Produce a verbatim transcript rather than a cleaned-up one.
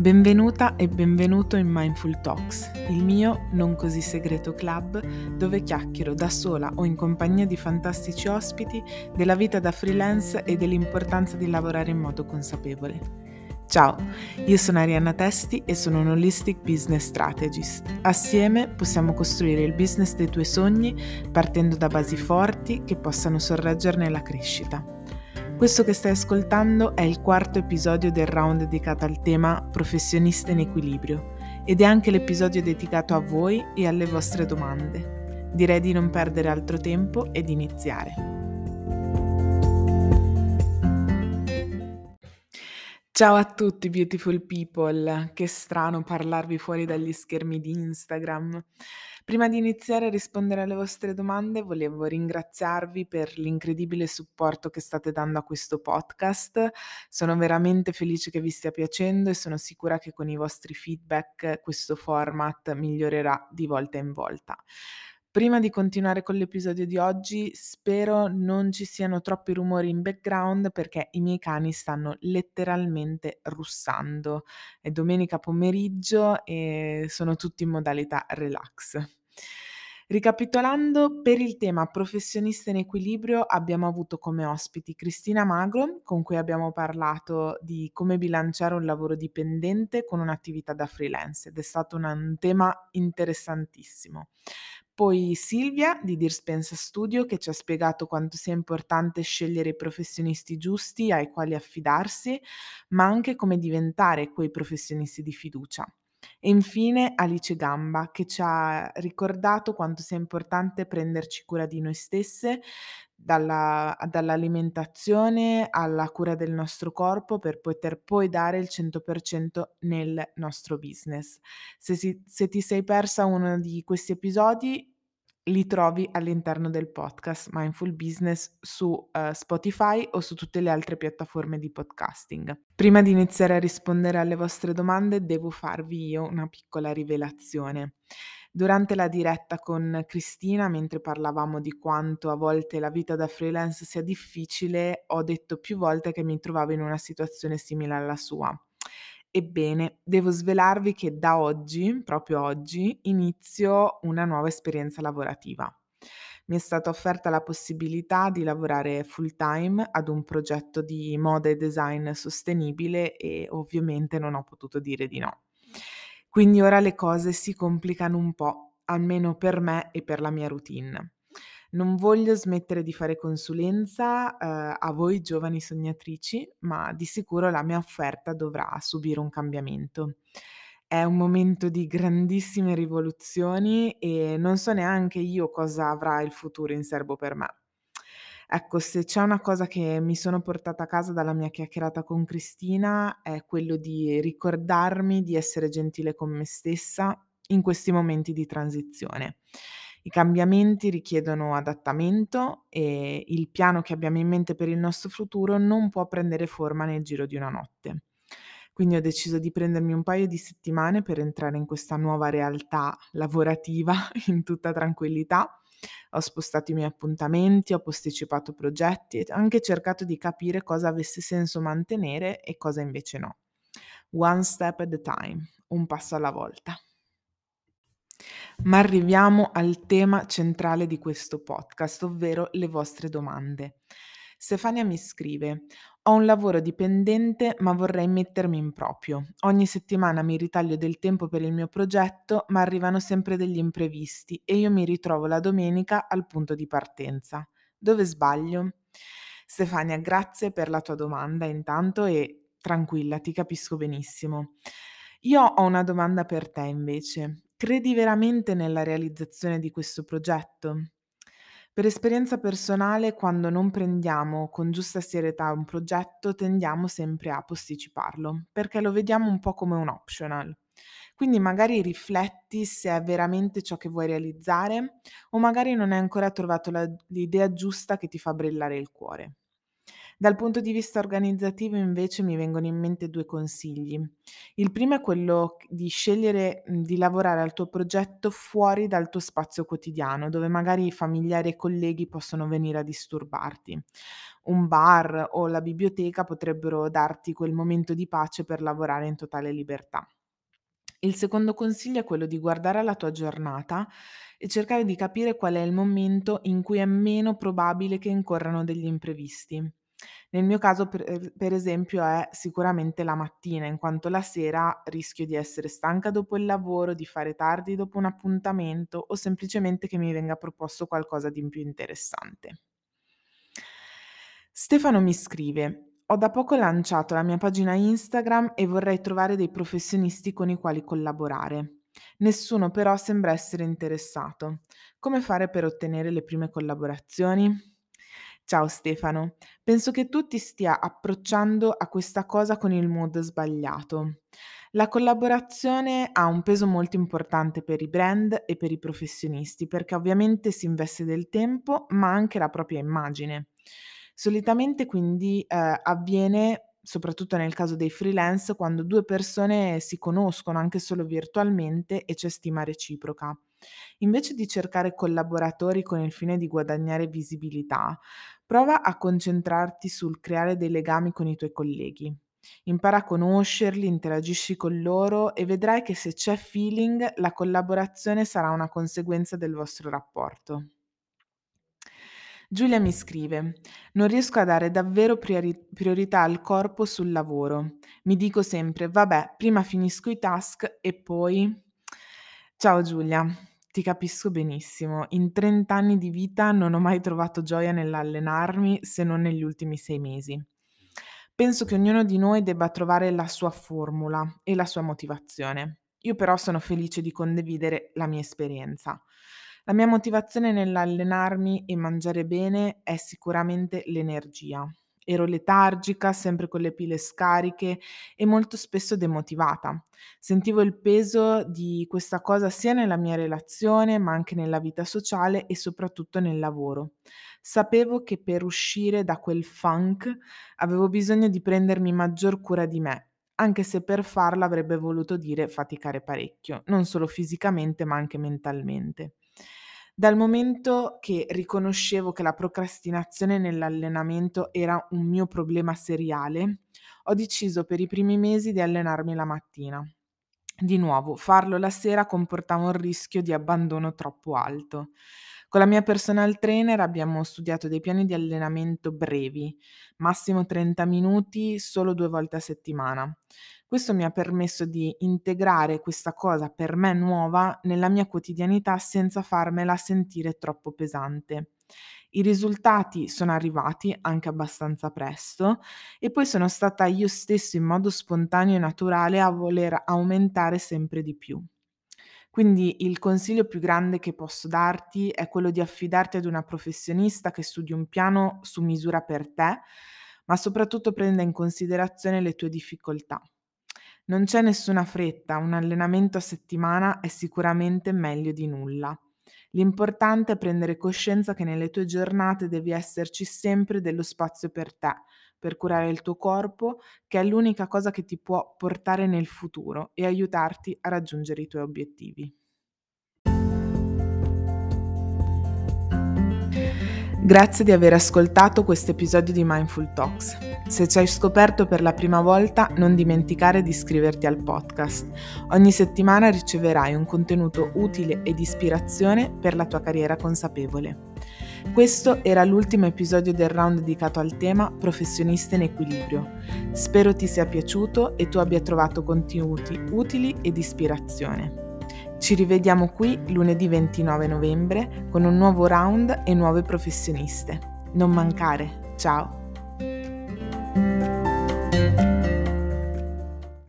Benvenuta e benvenuto in Mindful Talks, il mio non così segreto club dove chiacchiero da sola o in compagnia di fantastici ospiti della vita da freelance e dell'importanza di lavorare in modo consapevole. Ciao, io sono Arianna Testi e sono un Holistic Business Strategist. Assieme possiamo costruire il business dei tuoi sogni partendo da basi forti che possano sorreggerne la crescita. Questo che stai ascoltando è il quarto episodio del round dedicato al tema Professionista in equilibrio ed è anche l'episodio dedicato a voi e alle vostre domande. Direi di non perdere altro tempo ed iniziare. Ciao a tutti beautiful people, che strano parlarvi fuori dagli schermi di Instagram. Prima di iniziare a rispondere alle vostre domande volevo ringraziarvi per l'incredibile supporto che state dando a questo podcast. Sono veramente felice che vi stia piacendo e sono sicura che con i vostri feedback questo format migliorerà di volta in volta. Prima di continuare con l'episodio di oggi, spero non ci siano troppi rumori in background perché i miei cani stanno letteralmente russando. È domenica pomeriggio e sono tutti in modalità relax. Ricapitolando, per il tema professionista in equilibrio abbiamo avuto come ospiti Cristina Magro, con cui abbiamo parlato di come bilanciare un lavoro dipendente con un'attività da freelance ed è stato un, un tema interessantissimo. Poi Silvia di Dispensa Studio che ci ha spiegato quanto sia importante scegliere i professionisti giusti ai quali affidarsi, ma anche come diventare quei professionisti di fiducia. E infine Alice Gamba che ci ha ricordato quanto sia importante prenderci cura di noi stesse, dalla, dall'alimentazione alla cura del nostro corpo per poter poi dare il cento per cento nel nostro business. Se, si, se ti sei persa uno di questi episodi, li trovi all'interno del podcast Mindful Business su uh, Spotify o su tutte le altre piattaforme di podcasting. Prima di iniziare a rispondere alle vostre domande, devo farvi io una piccola rivelazione. Durante la diretta con Cristina, mentre parlavamo di quanto a volte la vita da freelance sia difficile, ho detto più volte che mi trovavo in una situazione simile alla sua. Ebbene, devo svelarvi che da oggi, proprio oggi, inizio una nuova esperienza lavorativa. Mi è stata offerta la possibilità di lavorare full time ad un progetto di moda e design sostenibile e ovviamente non ho potuto dire di no. Quindi ora le cose si complicano un po', almeno per me e per la mia routine. Non voglio smettere di fare consulenza, ehm, a voi giovani sognatrici, ma di sicuro la mia offerta dovrà subire un cambiamento. È un momento di grandissime rivoluzioni e non so neanche io cosa avrà il futuro in serbo per me. Ecco, se c'è una cosa che mi sono portata a casa dalla mia chiacchierata con Cristina è quello di ricordarmi di essere gentile con me stessa in questi momenti di transizione. I cambiamenti richiedono adattamento e il piano che abbiamo in mente per il nostro futuro non può prendere forma nel giro di una notte. Quindi ho deciso di prendermi un paio di settimane per entrare in questa nuova realtà lavorativa in tutta tranquillità. Ho spostato i miei appuntamenti, ho posticipato progetti e anche cercato di capire cosa avesse senso mantenere e cosa invece no. One step at a time, un passo alla volta. Ma arriviamo al tema centrale di questo podcast, ovvero le vostre domande. Stefania mi scrive: Ho un lavoro dipendente ma vorrei mettermi in proprio. Ogni settimana mi ritaglio del tempo per il mio progetto, ma arrivano sempre degli imprevisti e io mi ritrovo la domenica al punto di partenza. Dove sbaglio? Stefania, grazie per la tua domanda intanto e tranquilla, ti capisco benissimo. Io ho una domanda per te invece. Credi veramente nella realizzazione di questo progetto? Per esperienza personale, quando non prendiamo con giusta serietà un progetto, tendiamo sempre a posticiparlo, perché lo vediamo un po' come un optional. Quindi magari rifletti se è veramente ciò che vuoi realizzare o magari non hai ancora trovato la- l'idea giusta che ti fa brillare il cuore. Dal punto di vista organizzativo invece mi vengono in mente due consigli. Il primo è quello c di scegliere, mhmm, di lavorare al tuo progetto fuori dal tuo spazio quotidiano, dove magari i familiari e colleghi possono venire a disturbarti. Un bar o la biblioteca potrebbero darti quel momento di pace per lavorare in totale libertà. Il secondo consiglio è quello di guardare la tua giornata e cercare di capire qual è il momento in cui è meno probabile che incorrano degli imprevisti. Nel mio caso, per, eh, per esempio, è sicuramente la mattina, in quanto la sera rischio di essere stanca dopo il lavoro, di fare tardi dopo un appuntamento o semplicemente che mi venga proposto qualcosa di più interessante. Stefano mi scrive: Ho da poco lanciato la mia pagina Instagram e vorrei trovare dei professionisti con i quali collaborare. Nessuno però sembra essere interessato. Come fare per ottenere le prime collaborazioni? Ciao Stefano, penso che tu ti stia approcciando a questa cosa con il mood sbagliato. La collaborazione ha un peso molto importante per i brand e per i professionisti perché ovviamente si investe del tempo ma anche la propria immagine. Solitamente quindi, ehm, avviene, soprattutto nel caso dei freelance, quando due persone si conoscono anche solo virtualmente e c'è stima reciproca. Invece di cercare collaboratori con il fine di guadagnare visibilità, prova a concentrarti sul creare dei legami con i tuoi colleghi. Impara a conoscerli, interagisci con loro e vedrai che se c'è feeling, la collaborazione sarà una conseguenza del vostro rapporto. Giulia mi scrive: Non riesco a dare davvero priori- priorità al corpo sul lavoro. Mi dico sempre: vabbè, prima finisco i task e poi. Ciao Giulia, ti capisco benissimo. In trenta anni di vita non ho mai trovato gioia nell'allenarmi se non negli ultimi sei mesi. Penso che ognuno di noi debba trovare la sua formula e la sua motivazione. Io però sono felice di condividere la mia esperienza. La mia motivazione nell'allenarmi e mangiare bene è sicuramente l'energia. Ero letargica, sempre con le pile scariche e molto spesso demotivata. Sentivo il peso di questa cosa sia nella mia relazione, ma anche nella vita sociale e soprattutto nel lavoro. Sapevo che per uscire da quel funk avevo bisogno di prendermi maggior cura di me, anche se per farlo avrebbe voluto dire faticare parecchio, non solo fisicamente ma anche mentalmente. Dal momento che riconoscevo che la procrastinazione nell'allenamento era un mio problema seriale, ho deciso per i primi mesi di allenarmi la mattina. Di nuovo, farlo la sera comportava un rischio di abbandono troppo alto. Con la mia personal trainer abbiamo studiato dei piani di allenamento brevi, massimo trenta minuti, solo due volte a settimana. Questo mi ha permesso di integrare questa cosa per me nuova nella mia quotidianità senza farmela sentire troppo pesante. I risultati sono arrivati anche abbastanza presto e poi sono stata io stesso in modo spontaneo e naturale a voler aumentare sempre di più. Quindi il consiglio più grande che posso darti è quello di affidarti ad una professionista che studi un piano su misura per te, ma soprattutto prenda in considerazione le tue difficoltà. Non c'è nessuna fretta, un allenamento a settimana è sicuramente meglio di nulla. L'importante è prendere coscienza che nelle tue giornate devi esserci sempre dello spazio per te, per curare il tuo corpo, che è l'unica cosa che ti può portare nel futuro e aiutarti a raggiungere i tuoi obiettivi. Grazie di aver ascoltato questo episodio di Mindful Talks. Se ci hai scoperto per la prima volta, non dimenticare di iscriverti al podcast. Ogni settimana riceverai un contenuto utile e di ispirazione per la tua carriera consapevole. Questo era l'ultimo episodio del round dedicato al tema Professionista in equilibrio. Spero ti sia piaciuto e tu abbia trovato contenuti utili e di ispirazione. Ci rivediamo qui lunedì ventinove novembre con un nuovo round e nuove professioniste. Non mancare. Ciao!